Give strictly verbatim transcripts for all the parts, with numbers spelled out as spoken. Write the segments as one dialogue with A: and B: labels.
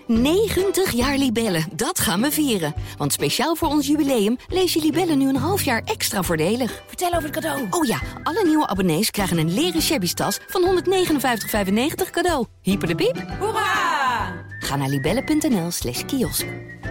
A: negentig jaar Libellen, dat gaan we vieren. Want speciaal voor ons jubileum lees je Libellen nu een half jaar extra voordelig.
B: Vertel over het cadeau.
A: Oh ja, alle nieuwe abonnees krijgen een leren shabby tas van honderdnegenenvijftig vijfennegentig cadeau. Hyper de piep.
B: Hoera!
A: Ga naar libellen.nl slash kiosk.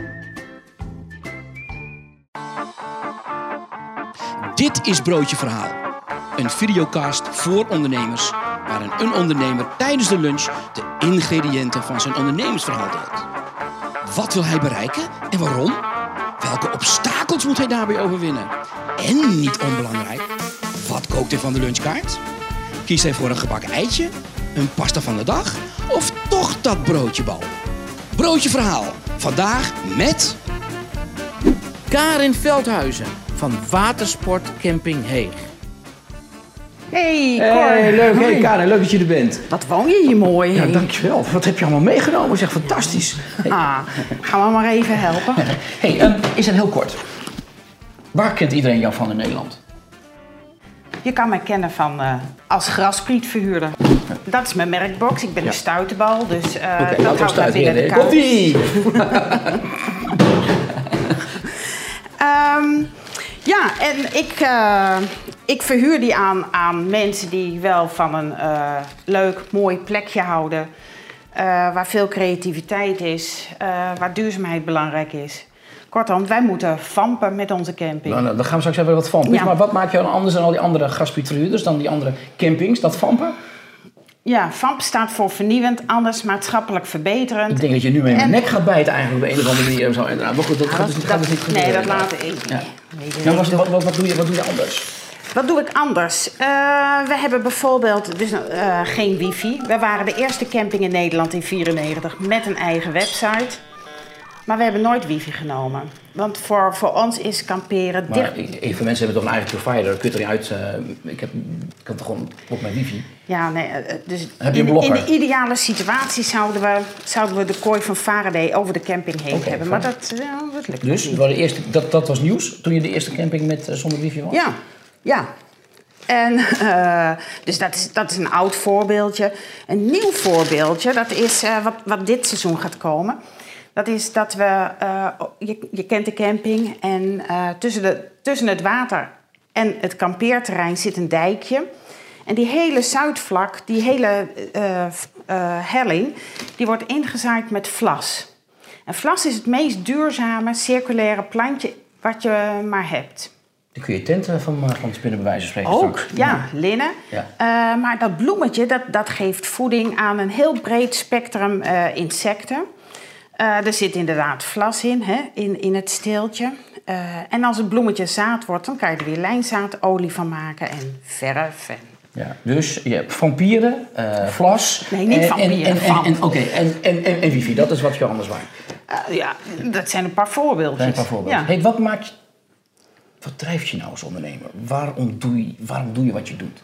C: Dit is Broodje Verhaal. Een videocast voor ondernemers, waarin een ondernemer tijdens de lunch de ingrediënten van zijn ondernemersverhaal deelt. Wat wil hij bereiken en waarom? Welke obstakels moet hij daarbij overwinnen? En niet onbelangrijk, wat kookt hij van de lunchkaart? Kiest hij voor een gebakken eitje, een pasta van de dag of toch dat broodjebal? Broodje Verhaal, vandaag met
D: Karin Veldhuizen van Watersport Camping Heeg.
B: Hey, Cor.
E: Hey, leuk. Hey,
B: Hoi.
E: Karin, leuk dat je er bent.
B: Wat woon je hier mooi.
E: Ja,
B: hè?
E: dankjewel. Wat heb je allemaal meegenomen? Zeg, fantastisch. Hey,
B: Ah, gaan we maar even helpen.
E: hey um, is het heel kort. Waar kent iedereen jou van in Nederland?
B: Je kan mij kennen van uh, als grasprietverhuurder. Dat is mijn merkbox. Ik ben
E: Ja.
B: een stuiterbal, dus uh,
E: Oké,
B: dat
E: laten we
B: houdt mij
E: stuiten.
B: binnen de
E: Hier,
B: kous.
E: Komt-ie!
B: Um, ja, en ik, uh, ik verhuur die aan, aan mensen die wel van een uh, leuk, mooi plekje houden. Uh, waar veel creativiteit is, uh, waar duurzaamheid belangrijk is. Kortom, wij moeten vampen met onze camping.
E: Nou, nou, dan gaan we straks even wat vampen.
B: Ja.
E: Maar wat maakt jou dan anders dan al die andere grasprietverhuurders, dan die andere campings, dat vampen?
B: Ja, vamp staat voor vernieuwend, anders, maatschappelijk verbeterend.
E: Ik denk dat je nu mee in mijn
B: En-
E: nek gaat bijten eigenlijk op de een of andere manier. Zo, inderdaad. Maar goed, dat
B: Ja,
E: gaat dus niet, gaat dus niet
B: nee,
E: gebeuren.
B: dat laat ik.
E: Ja.
B: Weet je,
E: Nou,
B: ik
E: wat, wat, wat, doe je, wat doe je anders?
B: Wat doe ik anders? Uh, we hebben bijvoorbeeld dus, uh, geen wifi. We waren de eerste camping in Nederland in negentien vierennegentig met een eigen website. Maar we hebben nooit wifi genomen. Want voor, voor ons is kamperen
E: Maar
B: dicht...
E: even mensen hebben toch een eigen provider, dat kun je er niet uit. Uh, ik, heb, ik kan toch gewoon op mijn wifi.
B: Ja, nee, uh, dus
E: Heb je een
B: in,
E: blogger?
B: in de ideale situatie zouden we, zouden we de kooi van Faraday over de camping heen
E: Oké,
B: hebben.
E: fijn.
B: Maar dat, ja, dat lukt
E: Dus
B: niet.
E: we de eerste, dat, dat was nieuws toen je de eerste camping met uh, zonder wifi was?
B: Ja, ja. En, uh, dus dat is, dat is een oud voorbeeldje. Een nieuw voorbeeldje, dat is uh, wat, wat dit seizoen gaat komen. Dat is dat we, uh, je, je kent de camping en uh, tussen, de, tussen het water en het kampeerterrein zit een dijkje. En die hele zuidvlak, die hele uh, uh, helling, die wordt ingezaaid met vlas. En vlas is het meest duurzame circulaire plantje wat je maar hebt.
E: Dan kun je tenten van, van spinnen bij wijze van spreken
B: Ook,
E: straks.
B: ja, linnen.
E: Ja.
B: Uh, maar dat bloemetje, dat, dat geeft voeding aan een heel breed spectrum uh, insecten. Uh, er zit inderdaad vlas in, hè, in, in het steeltje. Uh, en als het bloemetje zaad wordt, dan kan je er weer lijnzaadolie van maken en verf. En...
E: Ja, dus je hebt vampieren, uh, vlas...
B: Nee, niet
E: en,
B: vampieren,
E: En, en, en,
B: vamp.
E: en, Oké, en, en, en, en wifi, dat is wat je anders maakt.
B: Uh, ja, dat zijn een paar voorbeeldjes.
E: Een paar voorbeelden.
B: Ja.
E: Hey, wat maakt... Wat drijft je nou als ondernemer? Waarom doe je, waarom doe je wat je doet?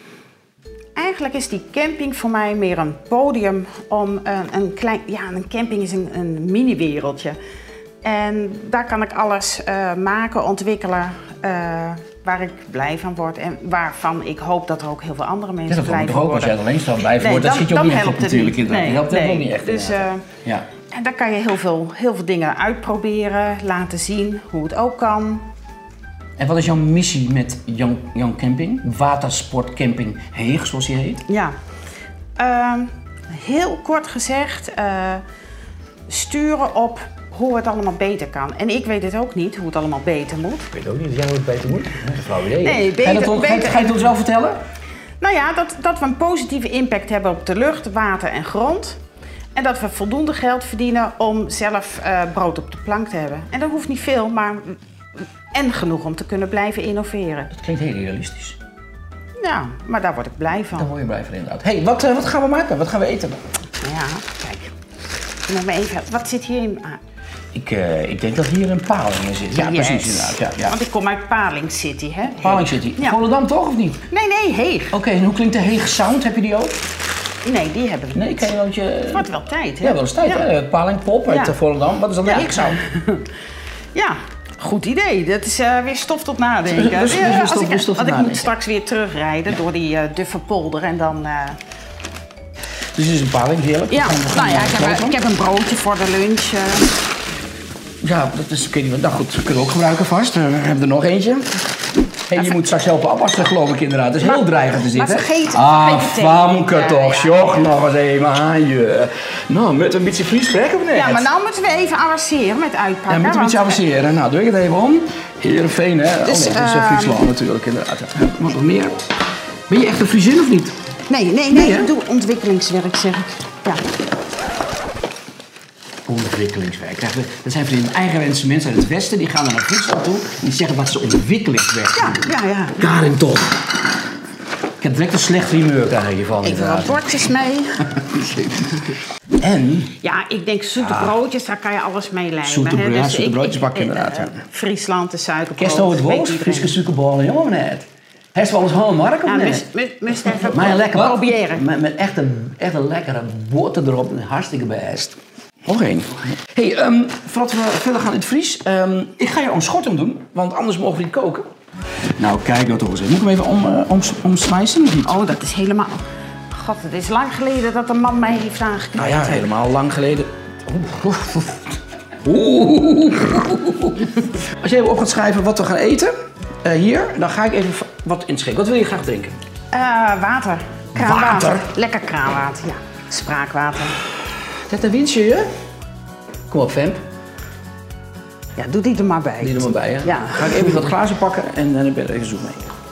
B: Eigenlijk is die camping voor mij meer een podium om een, een klein... Ja, een camping is een, een mini-wereldje. En daar kan ik alles uh, maken, ontwikkelen, uh, waar ik blij van word. En waarvan ik hoop dat er ook heel veel andere
E: Ja,
B: mensen
E: dat
B: blij
E: vond ik
B: van
E: toch ook. Als
B: worden.
E: jij er alleen staat blij voor
B: Nee,
E: wordt, dat
B: dan-
E: zit je ook
B: dan
E: niet echt op
B: helpt het
E: natuurlijk.
B: niet.
E: inderdaad.
B: Nee,
E: Dat helpt
B: nee.
E: ook niet echt.
B: Dus,
E: inderdaad.
B: uh,
E: ja.
B: En daar kan je heel veel, heel veel dingen uitproberen, laten zien hoe het ook kan.
E: En wat is jouw missie met Young, Young Camping? Watersport Camping Heeg, zoals die heet.
B: Ja, uh, heel kort gezegd, uh, sturen op hoe het allemaal beter kan. En ik weet het ook niet, hoe het allemaal beter moet.
E: Ik weet ook niet of jij hoe het beter moet. Een flauw idee.
B: Nee,
E: Ga je, dat,
B: beter-
E: on- ga je-
B: beter-
E: ga je het ons wel vertellen?
B: Nou ja, dat, dat we een positieve impact hebben op de lucht, water en grond. En dat we voldoende geld verdienen om zelf uh, brood op de plank te hebben. En dat hoeft niet veel, maar en genoeg om te kunnen blijven innoveren.
E: Dat klinkt heel realistisch.
B: Ja, maar daar word ik blij van.
E: Daar word je blij van inderdaad. Hé, hey, wat, uh, wat gaan we maken? Wat gaan we eten?
B: Ja, kijk. Laat me even, wat zit hierin? Ah,
E: Ik, uh, ik denk dat hier een paling in zit. Ja,
B: yes.
E: precies inderdaad. Ja, ja.
B: Want ik kom uit Paling City, hè?
E: Paling City.
B: Ja.
E: Volendam toch of niet?
B: Nee, nee, Heeg.
E: Oké, en hoe klinkt de Heeg Sound? Heb je die ook?
B: Nee, die hebben we
E: Nee,
B: niet.
E: ken je wel je...
B: Het wordt wel tijd, hè?
E: Ja, wel eens tijd,
B: Ja.
E: hè? Paling Pop uit
B: Ja.
E: uh, Volendam. Wat is dan de
B: Ja.
E: Heeg Sound?
B: Ja, goed idee. Dat is uh, weer stof tot nadenken.
E: Dus- dus
B: Ja,
E: weer
B: als
E: stof-
B: ik,
E: weer stof tot
B: want ik
E: nadenken.
B: moet straks weer terugrijden door die uh, Dufferpolder en dan... Uh,
D: Dus dit is een paling, heerlijk.
B: Ja,
D: We gaan- we gaan
B: nou ja, ik heb,
D: boterham.
B: ik heb een broodje voor de lunch. Uh.
D: Ja, dat is, kun je, nou goed, dat kunnen we ook gebruiken vast. Uh, we hebben er nog eentje. En je moet straks helpen afwassen, geloof ik inderdaad. Het is heel dreigend te zitten.
B: Maar vergeet,
D: ah,
B: vergeet het
D: Famke
B: even.
D: toch,
B: Ja,
D: joh,
B: ja.
D: nog eens even aan je. Nou, met een beetje Fries spreken we net.
B: Ja, maar nou moeten we even avanceren met uitpakken.
D: Ja, we moeten een beetje
B: want-
D: avanceren. Nou, doe ik het even om. Heerenveen, hè?
B: Dus,
D: oh nee, dat is uh,
B: ehm,
D: Friesland natuurlijk, inderdaad. Ja. Wat nog meer? Ben je echt een Friesin of niet?
B: Nee, nee, nee,
D: Nee, hè?
B: ik doe ontwikkelingswerk, zeg ik. Ja.
D: Ontwikkelingswerk. Krijgen we- Dat zijn van die eigenwense mensen uit het Westen, die gaan dan naar Friesland toe en die zeggen dat ze ontwikkelingswerk doen.
B: Ja, ja, ja.
D: Karin toch. Ik heb direct een slecht humeur krijg ik hiervan.
B: Even wat bordjes mee.
D: En
B: Ja, ik denk zoete broodjes, daar kan je alles mee lijmen.
D: Zoete
B: hè.
D: bro- ja,
B: Dus
D: zoete
B: ik-
D: broodjes
B: ik-
D: bakken
B: eh,
D: inderdaad,
B: eh,
D: ja.
B: Friesland, de suikerbrood.
D: kerst over het
B: weet
D: Wools,
B: iedereen.
D: Friese suikerballen, jongen net. Heeft wel eens Holmark of
B: Ja,
D: net?
B: moest- moest- moest even
D: Maar een lekker
B: proberen.
D: Met, met echt, een, echt een lekkere boter erop. Hartstikke best. Nog één. Hey, ehm, voordat we verder gaan in het Fries. ehm, ik ga je een schort om doen, want anders mogen we niet koken. Nou, kijk nou toch eens. Moet ik hem even om, uh, om, omslijzen of niet?
B: Oh, dat is helemaal... God, het is lang geleden dat een man mij heeft aangeknipt.
D: Nou ja, helemaal lang geleden. Oeh. Oeh. Als je even op gaat schrijven wat we gaan eten, uh, hier, dan ga ik even wat inschenken. Wat wil je graag drinken?
B: Uh, water. Kraanwater.
D: Water?
B: Lekker kraanwater, ja. Spraakwater.
D: Zet een winstje je? Kom op, Femp.
B: Ja, doe die er maar bij.
D: Die er maar bij, hè?
B: Ja.
D: Ga ik even wat glazen pakken en dan ben ik er even zoek mee.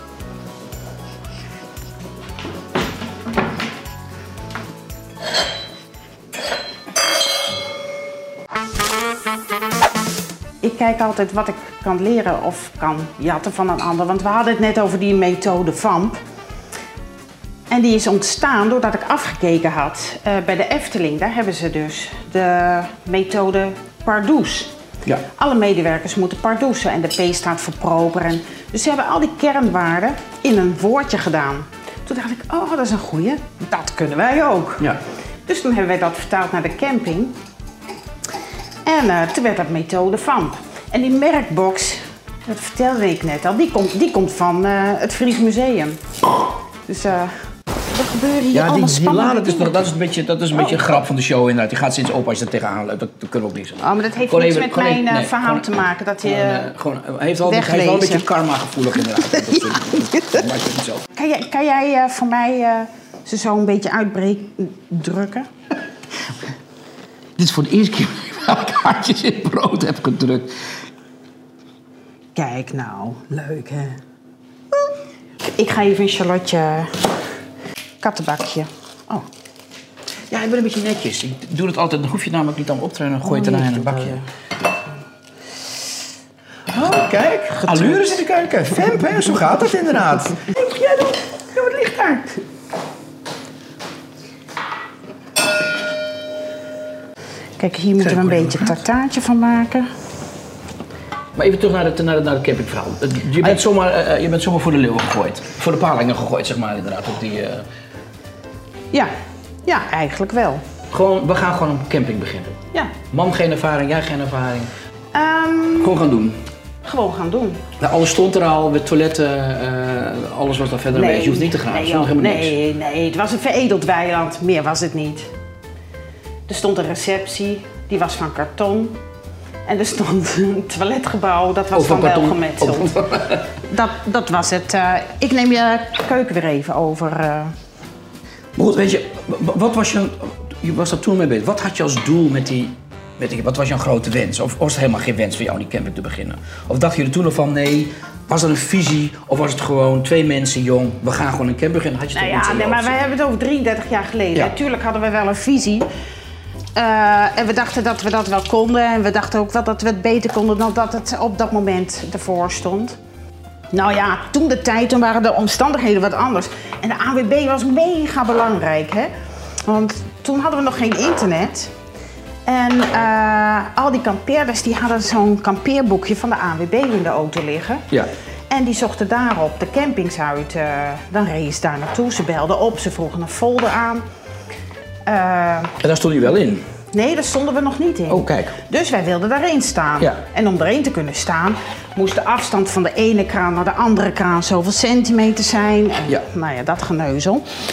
B: Ik kijk altijd wat ik kan leren of kan jatten van een ander. Want we hadden het net over die methode V A M P. En die is ontstaan doordat ik afgekeken had uh, bij de Efteling. Daar hebben ze dus de methode Pardoes.
D: Ja.
B: Alle medewerkers moeten pardoesen en de P staat voor proper. En dus ze hebben al die kernwaarden in een woordje gedaan. Toen dacht ik, oh, dat is een goeie. Dat kunnen wij ook.
D: Ja.
B: Dus toen hebben wij dat vertaald naar de camping. En uh, toen werd dat methode V A M P. En die merkbox, dat vertelde ik net al, die komt, die komt van uh, het Fries Museum. Dus uh, er gebeuren hier
D: Ja, die,
B: allemaal
D: die
B: spannende
D: laden, dus,
B: dingen.
D: dat is een beetje, dat is een beetje een grap van de show inderdaad. Die gaat sinds opa als je er tegenaan loopt, dat, dat kunnen we ook niet zo.
B: Oh, maar dat heeft
D: Gewoon
B: niks
D: even-
B: met
D: gewoon
B: mijn
D: even-
B: uh,
D: nee,
B: verhaal
D: gewoon-
B: te maken. Dat je,
D: Gewoon, uh, gewoon, uh, hij heeft wel, hij heeft wel een
B: weglezen.
D: beetje karma-gevoelig inderdaad. Dat soort- dat maakt het niet zo.
B: kan jij, kan jij uh, voor mij uh, ze zo een beetje uitdrukken?
D: Dit is voor de eerste keer dat ik hartjes in brood heb gedrukt.
B: Kijk nou, leuk hè. Ik ga even een Charlotte kattenbakje. Oh,
D: Ja, ik ben een beetje netjes. Ik doe het altijd, dan hoef je het namelijk niet aan op te ruimen. Dan gooi je het
B: Oh,
D: daarna in
B: nee,
D: een
B: ik
D: bakje. Oh, kijk. Allure zit te kijken. Femp, hè? Zo gaat het inderdaad. Wat moet jij doen? Ja, wat ligt daar?
B: kijk, hier moeten we een beetje tartaartje van maken.
D: Maar even terug naar, de, naar, de, naar het campingverhaal. Je bent, zomaar, uh, je bent zomaar voor de leeuwen gegooid. Voor de palingen gegooid, zeg maar, inderdaad. Op die, uh...
B: Ja, ja, eigenlijk wel.
D: gewoon, we gaan gewoon een camping beginnen.
B: Ja.
D: Man geen ervaring, jij geen ervaring.
B: Ehm,
D: Gewoon gaan doen.
B: gewoon gaan doen.
D: Nou, alles stond er al, met toiletten, uh, alles was daar verder mee. Je hoeft niet te gaan, er
B: nee,
D: stond
B: joh,
D: helemaal niks.
B: nee, nee, het was een veredeld weiland. Meer was het niet. Er stond een receptie, die was van karton. En er stond een toiletgebouw, dat was
D: Oh, van
B: van wel
D: karton.
B: gemetseld. Dat, dat was het. Uh, ik neem je keuken weer even over. Uh.
D: Maar goed, weet je, w- wat was je, je was daar toen mee bezig. Wat had je als doel met die, met die, wat was jouw grote wens? Of was het helemaal geen wens voor jou om die camping te beginnen? Of dacht je er toen nog van, nee, was er een visie? Of was het gewoon twee mensen jong, we gaan gewoon een camping beginnen? Had je
B: Nou
D: toch iets
B: ja,
D: in
B: nee,
D: je
B: maar
D: hoofd?
B: wij hebben het over drieëndertig jaar geleden.
D: Ja.
B: Natuurlijk hadden we wel een visie. Uh, en we dachten dat we dat wel konden. En we dachten ook wel dat we het beter konden dan dat het op dat moment ervoor stond. Nou ja, toen de tijd, toen waren de omstandigheden wat anders. En de A W B was mega belangrijk, hè. Want toen hadden we nog geen internet. En uh, al die kampeerders die hadden zo'n kampeerboekje van de A W B in de auto liggen.
D: Ja.
B: En die zochten daarop de campings uit. Uh, dan reden ze daar naartoe, ze belden op, ze vroegen een folder aan. Uh,
D: En daar stond je wel in.
B: nee, daar stonden we nog niet in.
D: Oh, kijk.
B: Dus wij wilden daarin staan.
D: Ja.
B: En om erin te kunnen staan, moest de afstand van de ene kraan naar de andere kraan zoveel centimeter zijn. En,
D: Ja.
B: nou ja, dat geneuzel.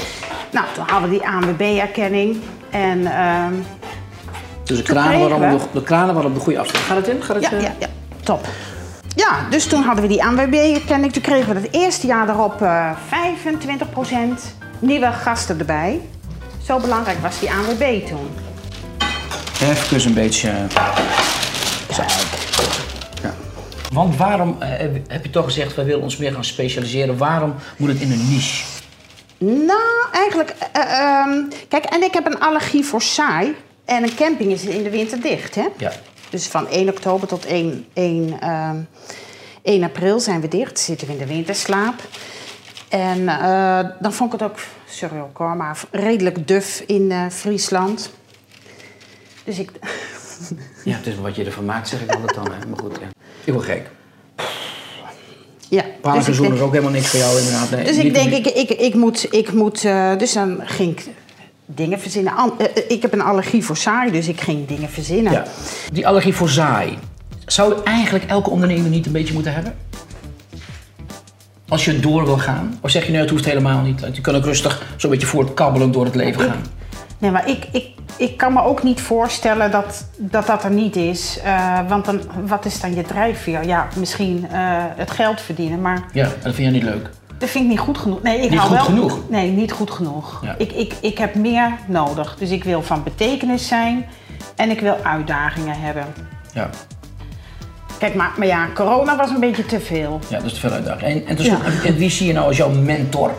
B: Nou, toen hadden we die A N W B-erkenning. En, uh,
D: dus de kranen, waren op de, de kranen waren op de goede afstand. Gaat het in? Gaat het,
B: ja,
D: uh...
B: ja, ja, top. Ja, dus toen hadden we die A N W B-erkenning. Toen kregen we het eerste jaar erop uh, vijfentwintig procent nieuwe gasten erbij. Zo belangrijk was die A N W B toen.
D: Even een beetje... Zo. Ja. Want waarom, uh, heb je toch gezegd, wij willen ons meer gaan specialiseren. Waarom moet het in een niche?
B: Nou, eigenlijk... Uh, um, kijk, en ik heb een allergie voor saai. En een camping is in de winter dicht, hè?
D: Ja.
B: Dus van één oktober tot één, één, um, één april zijn we dicht. Zitten we in de winterslaap. En uh, dan vond ik het ook, sorry ook hoor, maar redelijk duf in uh, Friesland. Dus ik...
D: Ja, het is wat je ervan maakt, zeg ik altijd dan. Hè. Maar goed, ja. Ik word gek.
B: Ja.
D: Paarseizoen dus is ook helemaal niks voor jou inderdaad. Nee,
B: dus ik denk, ik, ik, ik moet... Ik moet uh, dus dan ging ik dingen verzinnen. An, uh, ik heb een allergie voor saai, dus ik ging dingen verzinnen.
D: Ja. Die allergie voor saai, zou eigenlijk elke ondernemer niet een beetje moeten hebben? Als je door wil gaan? Of zeg je nee, het hoeft helemaal niet. Je kan ook rustig zo'n beetje voortkabbelend door het leven gaan.
B: Nee, maar ik, ik, ik kan me ook niet voorstellen dat dat, dat er niet is. Uh, want dan, wat is dan je drijfveer? Ja, misschien uh, het geld verdienen, maar...
D: Ja, dat vind jij niet leuk?
B: Dat vind ik niet goed genoeg. Nee, ik
D: niet
B: hou
D: goed
B: wel,
D: genoeg?
B: Nee, niet goed genoeg. Ja. Ik, ik, ik heb meer nodig. Dus ik wil van betekenis zijn en ik wil uitdagingen hebben.
D: Ja.
B: Kijk, maar, maar ja, corona was een beetje te veel.
D: Ja, dat is te veel uitdaging. En, en, dus, ja. en wie zie je nou als jouw mentor?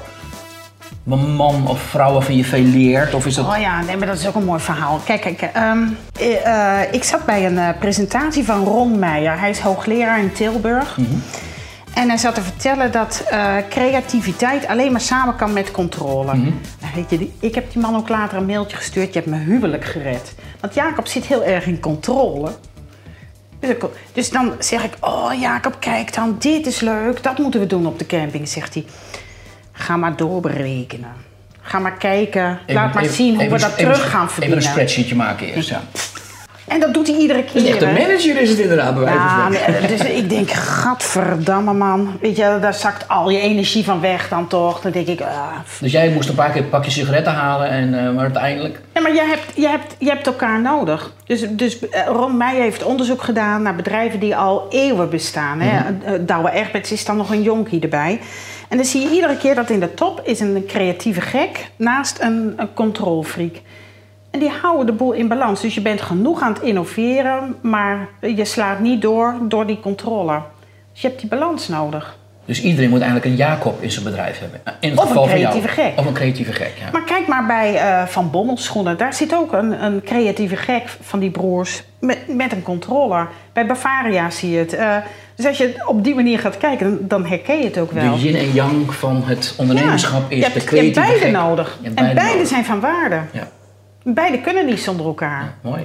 D: Een man of vrouw waarvan je veel leert? Of is dat...
B: Oh ja, nee, maar dat is ook een mooi verhaal. Kijk, kijk um, uh, ik zat bij een uh, presentatie van Ron Meijer. Hij is hoogleraar in Tilburg. Mm-hmm. En hij zat te vertellen dat uh, creativiteit alleen maar samen kan met controle. Mm-hmm. Nou, weet je, die, ik heb die man ook later een mailtje gestuurd. Je hebt mijn huwelijk gered. Want Jacob zit heel erg in controle. Dus, ik, dus dan zeg ik, oh Jacob, kijk dan, dit is leuk. Dat moeten we doen op de camping, zegt hij. Ga maar doorberekenen. Ga maar kijken.
D: Even,
B: Laat maar
D: even,
B: zien hoe
D: even,
B: we dat
D: even,
B: terug
D: even,
B: gaan verdienen.
D: Even een spreadsheetje maken eerst, ja.
B: En dat doet hij iedere keer.
D: Dus echt een manager is het inderdaad, bij wijze van
B: ja, nee, dus ik denk, gadverdamme man. Weet je, daar zakt al je energie van weg dan toch. Dan denk ik... Uh,
D: dus jij moest een paar keer een pakje sigaretten halen, en, uh, maar uiteindelijk...
B: Ja, maar je hebt, je hebt, je hebt elkaar nodig. Dus, dus Ron Meijer heeft onderzoek gedaan naar bedrijven die al eeuwen bestaan. Mm-hmm. Hè? Douwe Egberts is dan nog een jonkie erbij. En dan zie je iedere keer dat in de top is een creatieve gek naast een, een controlfreak. En die houden de boel in balans. Dus je bent genoeg aan het innoveren, maar je slaat niet door door die controle. Dus je hebt die balans nodig.
D: Dus iedereen moet eigenlijk een Jacob in zijn bedrijf hebben. In het
B: of
D: geval
B: een creatieve
D: van jou.
B: gek.
D: Of een creatieve gek, ja.
B: Maar kijk maar bij uh, Van Bommel schoenen. Daar zit ook een, een creatieve gek van die broers met, met een controller. Bij Bavaria zie je het. Uh, dus als je op die manier gaat kijken, dan, dan herken je het ook wel.
D: De yin en yang van het ondernemerschap ja, is
B: hebt,
D: de creatieve gek.
B: Je hebt beide nodig.
D: Je hebt
B: en
D: beide,
B: beide
D: nodig.
B: zijn van waarde.
D: Ja.
B: Beide kunnen niet zonder elkaar.
D: Ja, mooi.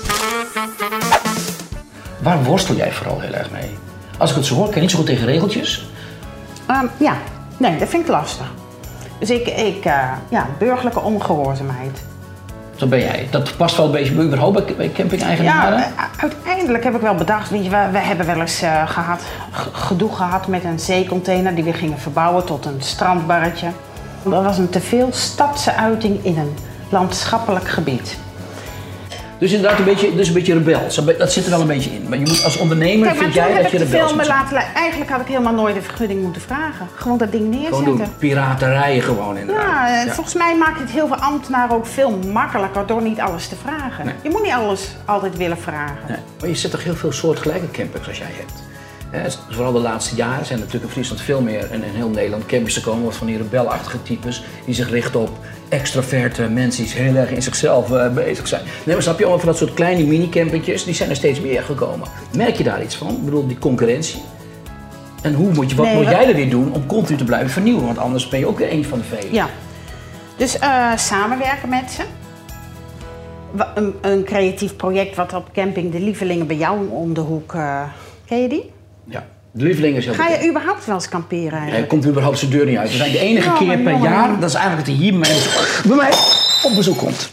D: Waar worstel jij vooral heel erg mee? Als ik het zo hoor, kan je niet zo goed tegen regeltjes?
B: Um, ja, nee, dat vind ik lastig. Dus ik, ik uh, ja, burgerlijke ongehoorzaamheid.
D: Zo ben jij. Dat past wel een beetje bij überhaupt bij camping-eigenaren?
B: Ja, uiteindelijk heb ik wel bedacht, weet je, we, we hebben wel eens uh, gehad, gedoe gehad met een zeecontainer die we gingen verbouwen tot een strandbarretje. Dat was een teveel stadse uiting in een landschappelijk gebied.
D: Dus inderdaad een beetje, dus een beetje rebels. Dat zit er wel een beetje in. Maar je moet als ondernemer,
B: Kijk,
D: vind jij dat je rebels moet zijn.
B: Laten, eigenlijk had ik helemaal nooit een vergunning moeten vragen. Gewoon dat ding neerzetten.
D: Gewoon doen. Piraterij gewoon inderdaad.
B: Ja,
D: ja,
B: volgens mij maakt het heel veel ambtenaren ook veel makkelijker door niet alles te vragen. Nee. Je moet niet alles altijd willen vragen.
D: Nee. Maar je zet toch heel veel soortgelijke campings als jij hebt. He, vooral de laatste jaren zijn er natuurlijk in Friesland veel meer en in heel Nederland campings te komen wat van die rebelachtige types die zich richten op extraverte mensen die heel erg in zichzelf uh, bezig zijn. Nee, maar snap je, allemaal van dat soort kleine mini-campingjes, die zijn er steeds meer gekomen. Merk je daar iets van? Ik bedoel, die concurrentie? En hoe moet je, wat nee, moet jij er weer doen om continu te blijven vernieuwen? Want anders ben je ook weer een van de velen.
B: Ja, dus uh, samenwerken met ze. Een, een creatief project wat op camping De Lievelingen bij jou om de hoek, uh, ken je die?
D: Ja, de Lievelingen is heel
B: Ga je
D: bekend.
B: überhaupt wel eens kamperen eigenlijk?
D: Hij komt überhaupt zijn deur niet uit. We zijn de enige
B: oh,
D: keer per
B: jongen,
D: jaar,
B: jongen.
D: dat is eigenlijk dat hij hier bij mij, bij mij op bezoek komt.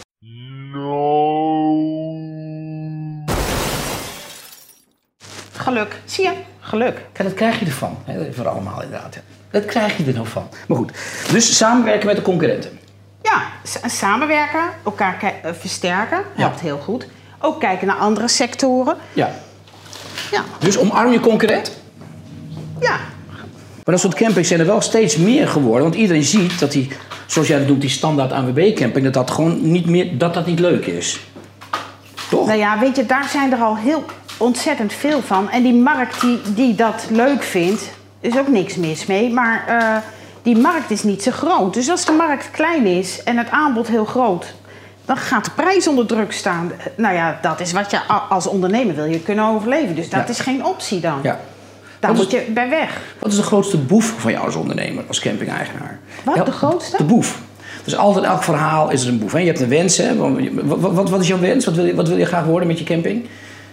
B: Geluk, zie je? Geluk.
D: Kijk, dat krijg je ervan. Voor allemaal inderdaad. Dat krijg je er nou van. Maar goed, dus samenwerken met de concurrenten.
B: Ja, samenwerken, elkaar uh, versterken, helpt ja. heel goed. Ook kijken naar andere sectoren.
D: Ja.
B: ja.
D: Dus omarm je concurrent?
B: Ja.
D: Maar dat soort campings zijn er wel steeds meer geworden. Want iedereen ziet dat die, zoals jij dat noemt, die standaard A N W B-camping... dat dat gewoon niet meer, dat dat niet leuk is. Toch?
B: Nou ja, weet je, daar zijn er al heel ontzettend veel van. En die markt die, die dat leuk vindt, is ook niks mis mee. Maar uh, die markt is niet zo groot. Dus als de markt klein is en het aanbod heel groot... dan gaat de prijs onder druk staan. Nou ja, dat is wat je als ondernemer wil je kunnen overleven. Dus dat ja. is geen optie dan.
D: Ja.
B: Daar
D: wat
B: moet je
D: is,
B: bij weg.
D: Wat is de grootste boef van jou als ondernemer, als camping-eigenaar?
B: Wat,
D: ja,
B: de grootste?
D: De boef. Dus altijd elk verhaal is er een boef. Hè? Je hebt een wens, hè? Wat, wat, wat is jouw wens? Wat wil, je, wat wil je graag worden met je camping?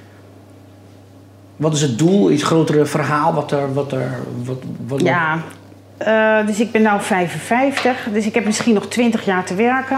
D: Wat is het doel, iets grotere verhaal? Wat er, wat er, wat, wat
B: ja, uh, dus ik ben nu vijfenvijftig. Dus ik heb misschien nog twintig jaar te werken.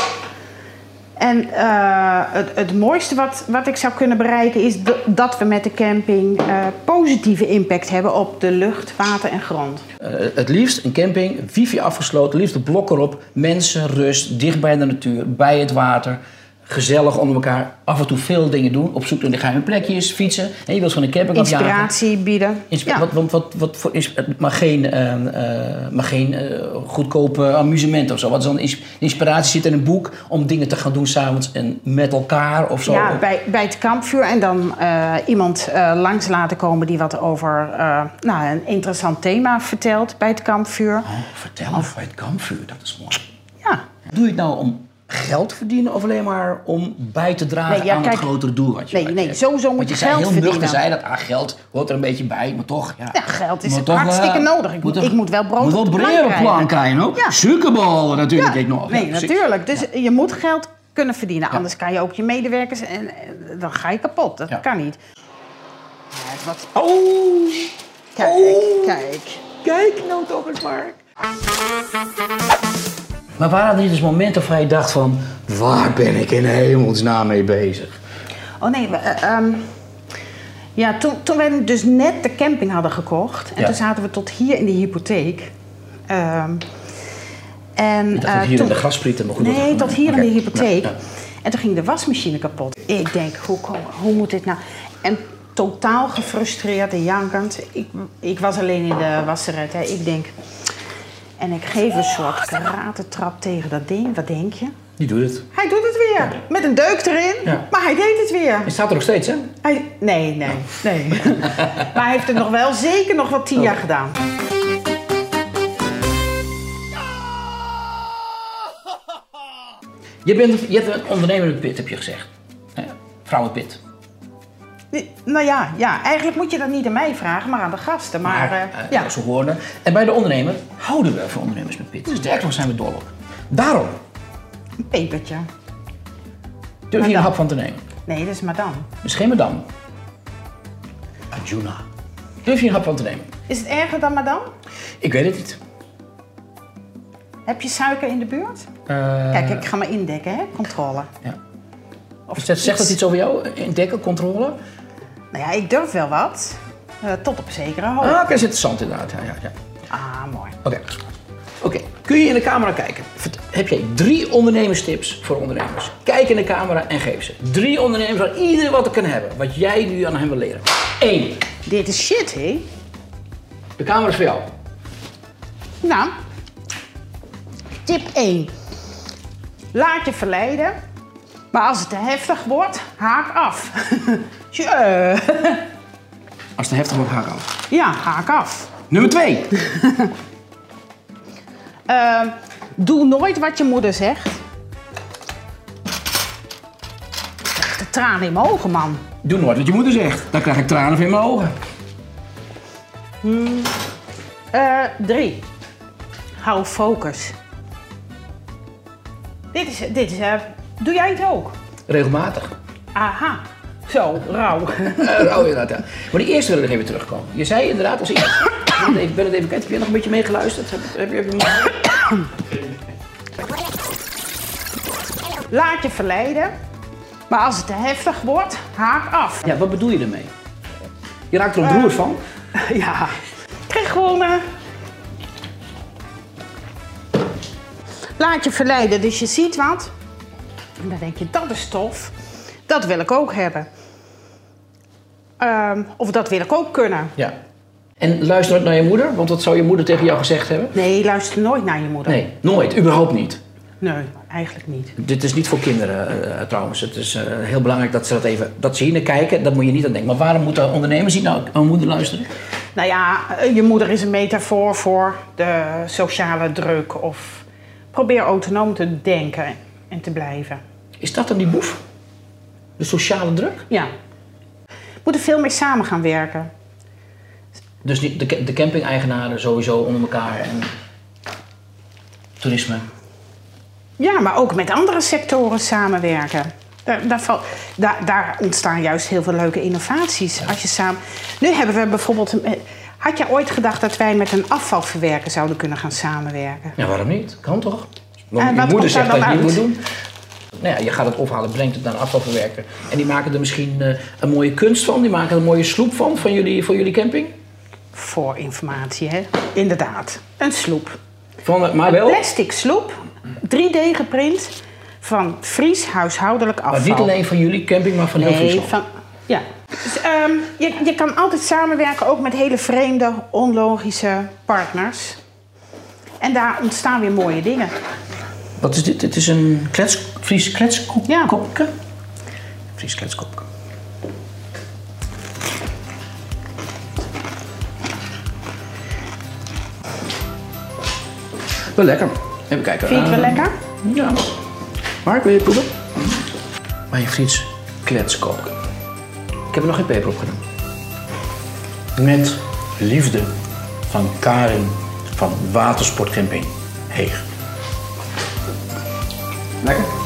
B: En uh, het, het mooiste wat, wat ik zou kunnen bereiken is d- dat we met de camping uh, positieve impact hebben op de lucht, water en grond.
D: Uh, het liefst een camping, wifi afgesloten, liefst de blok erop, mensen, rust, dicht bij de natuur, bij het water. Gezellig onder elkaar, af en toe veel dingen doen, op zoek naar de geheime plekjes, fietsen. En je wilt van een camping
B: inspiratie afjagen. bieden.
D: Insp-
B: ja.
D: wat, wat, wat, wat voor insp- maar geen, uh, uh, maar geen uh, goedkope amusement of zo. Wat is dan ins- inspiratie zit in een boek om dingen te gaan doen s'avonds en met elkaar of zo?
B: Ja, bij, bij het kampvuur en dan uh, iemand uh, langs laten komen die wat over uh, nou, een interessant thema vertelt bij het kampvuur.
D: Oh, vertel of bij het kampvuur, dat is mooi.
B: Ja.
D: Doe je het nou om geld verdienen of alleen maar om bij te dragen
B: nee, ja,
D: aan
B: kijk,
D: het grotere doel wat je
B: Nee, nee,
D: hebt.
B: sowieso moet je geld verdienen.
D: Want je zei heel nuchter, zei dat ah, geld hoort er een beetje bij, maar toch... Ja,
B: ja geld is
D: toch,
B: hartstikke
D: uh,
B: nodig. Ik moet,
D: moet,
B: ik moet wel brood
D: moet
B: op de
D: wel
B: plank krijgen.
D: plan krijgen ook. Ja. Suikerballen natuurlijk ja. ik nog.
B: Nee,
D: ja,
B: natuurlijk. Dus ja. je moet geld kunnen verdienen.
D: Ja.
B: Anders kan je ook je medewerkers... en, en dan ga je kapot. Dat ja. kan niet. Ja, wat...
D: Oh!
B: Kijk,
D: oh.
B: kijk.
D: Kijk nou toch eens, Mark. Maar waren er niet eens momenten waar je dacht van... waar ben ik in hemelsnaam mee bezig?
B: Oh nee, uh, um, ja, toen, toen wij dus net de camping hadden gekocht... en ja. toen zaten we tot hier in de hypotheek. Um, en,
D: ik dacht
B: uh,
D: hier
B: toen,
D: in de gasprieten, maar goed.
B: Nee, tot hier okay. in de hypotheek.
D: Ja, ja.
B: En toen ging de wasmachine kapot. Ik denk, hoe, hoe moet dit nou... En totaal gefrustreerd en jankend. Ik, ik was alleen in de wasseret. Hè. Ik denk... En ik geef een soort karatentrap tegen dat ding. Wat denk je?
D: Die doet het.
B: Hij doet het weer. Met een deuk erin. Ja. Maar hij deed het weer.
D: Hij staat er nog steeds, hè?
B: Hij, nee, nee, nee. Maar hij heeft het nog wel zeker nog wel tien oh. jaar gedaan.
D: Je, bent, je hebt een ondernemer in Pit, heb je gezegd. Vrouwenpit.
B: Nou ja, ja, eigenlijk moet je dat niet aan mij vragen, maar aan de gasten. Maar, maar uh, ja.
D: Zo horen. En bij de ondernemer houden we van ondernemers met pit. Dus sterker nog zijn we dol op. Daarom.
B: Een pepertje.
D: Durf je een hap van te nemen?
B: Nee, dat is madame.
D: Dat is geen madame. Arjuna. Durf je een hap van te nemen?
B: Is het erger dan madame?
D: Ik weet het niet.
B: Heb je suiker in de buurt? Uh, Kijk, ik ga maar indekken, hè? Controle.
D: Ja. Of zegt iets... dat iets over jou? Indekken, controle?
B: Nou ja, ik durf wel wat. Uh, tot op een zekere hoogte.
D: Ah, oké, dat is interessant inderdaad. Ja, ja, ja.
B: Ah, mooi.
D: Oké. Okay. Okay. Kun je in de camera kijken? Heb jij drie ondernemerstips voor ondernemers? Kijk in de camera en geef ze. Drie ondernemers waar iedereen wat te kan hebben. Wat jij nu aan hem wil leren. Eén.
B: Dit is shit, hé?
D: De camera is voor jou.
B: Nou. Tip één. Laat je verleiden. Maar als het te heftig wordt, haak af.
D: Als het te heftig wordt, haak af.
B: Ja, haak af.
D: Nummer twee.
B: uh, doe nooit wat je moeder zegt. Ik krijg de tranen in mijn ogen, man.
D: Doe nooit wat je moeder zegt. Dan krijg ik tranen in mijn ogen.
B: Hmm. Uh, drie. Hou focus. Dit is... Dit is uh, doe jij het ook?
D: Regelmatig.
B: Aha. Zo, rauw.
D: Uh, rauw inderdaad, ja. Maar die eerste wil ik even terugkomen. Je zei inderdaad als eerste... Ik ben het even kwijt. Heb je nog een beetje meegeluisterd? Heb, heb je even...
B: Laat je verleiden. Maar als het te heftig wordt, haak af.
D: Ja, wat bedoel je ermee? Je raakt er ontroerd uh, van?
B: Ja. Ik kreeg gewoon... Uh... laat je verleiden. Dus je ziet wat. En dan denk je, dat is tof. Dat wil ik ook hebben. Um, of dat wil ik ook kunnen.
D: Ja. En luister nooit naar je moeder? Want wat zou je moeder tegen jou gezegd hebben?
B: Nee, luister nooit naar je moeder.
D: Nee, nooit. Überhaupt niet.
B: Nee, eigenlijk niet.
D: Dit is niet voor kinderen uh, trouwens. Het is uh, heel belangrijk dat ze dat even dat ze hier naar kijken. Dat moet je niet aan denken. Maar waarom moeten ondernemers niet naar hun moeder luisteren?
B: Nou ja, je moeder is een metafoor voor de sociale druk. Of probeer autonoom te denken en te blijven.
D: Is dat dan die boef? De sociale druk?
B: Ja. We moeten veel meer samen gaan werken.
D: Dus die, de, de camping-eigenaren sowieso onder elkaar en toerisme?
B: Ja, maar ook met andere sectoren samenwerken. Daar, daar, val, daar, daar ontstaan juist heel veel leuke innovaties. Als je samen... Nu hebben we bijvoorbeeld... Had jij ooit gedacht dat wij met een afvalverwerker zouden kunnen gaan samenwerken?
D: Ja, waarom niet? Kan toch?
B: En
D: je moeder zegt dat je
B: uit?
D: niet moet doen. Nou ja, je gaat het ophalen, brengt het naar een afvalverwerker. En die maken er misschien uh, een mooie kunst van. Die maken er een mooie sloep van, van jullie, voor jullie camping.
B: Voor informatie, hè? Inderdaad. Een sloep.
D: Van, maar wel?
B: Een plastic sloep, drie D geprint, van Fries huishoudelijk afval.
D: Maar niet alleen van jullie camping, maar van heel
B: nee,
D: Friesland?
B: Van, ja. Dus, um, je, je kan altijd samenwerken, ook met hele vreemde, onlogische partners. En daar ontstaan weer mooie dingen.
D: Wat is dit? Het is een klets, Fries kletskopje?
B: Ja.
D: Fries kletskopje. Wel lekker. Even kijken.
B: Vind je het wel
D: uh,
B: lekker?
D: Ja. Mark, wil je proeven? Maar je Fries kletskook. Ik heb er nog geen peper op gedaan.
E: Met liefde van Karin van Watersportcamping Heeg.
D: Lekker?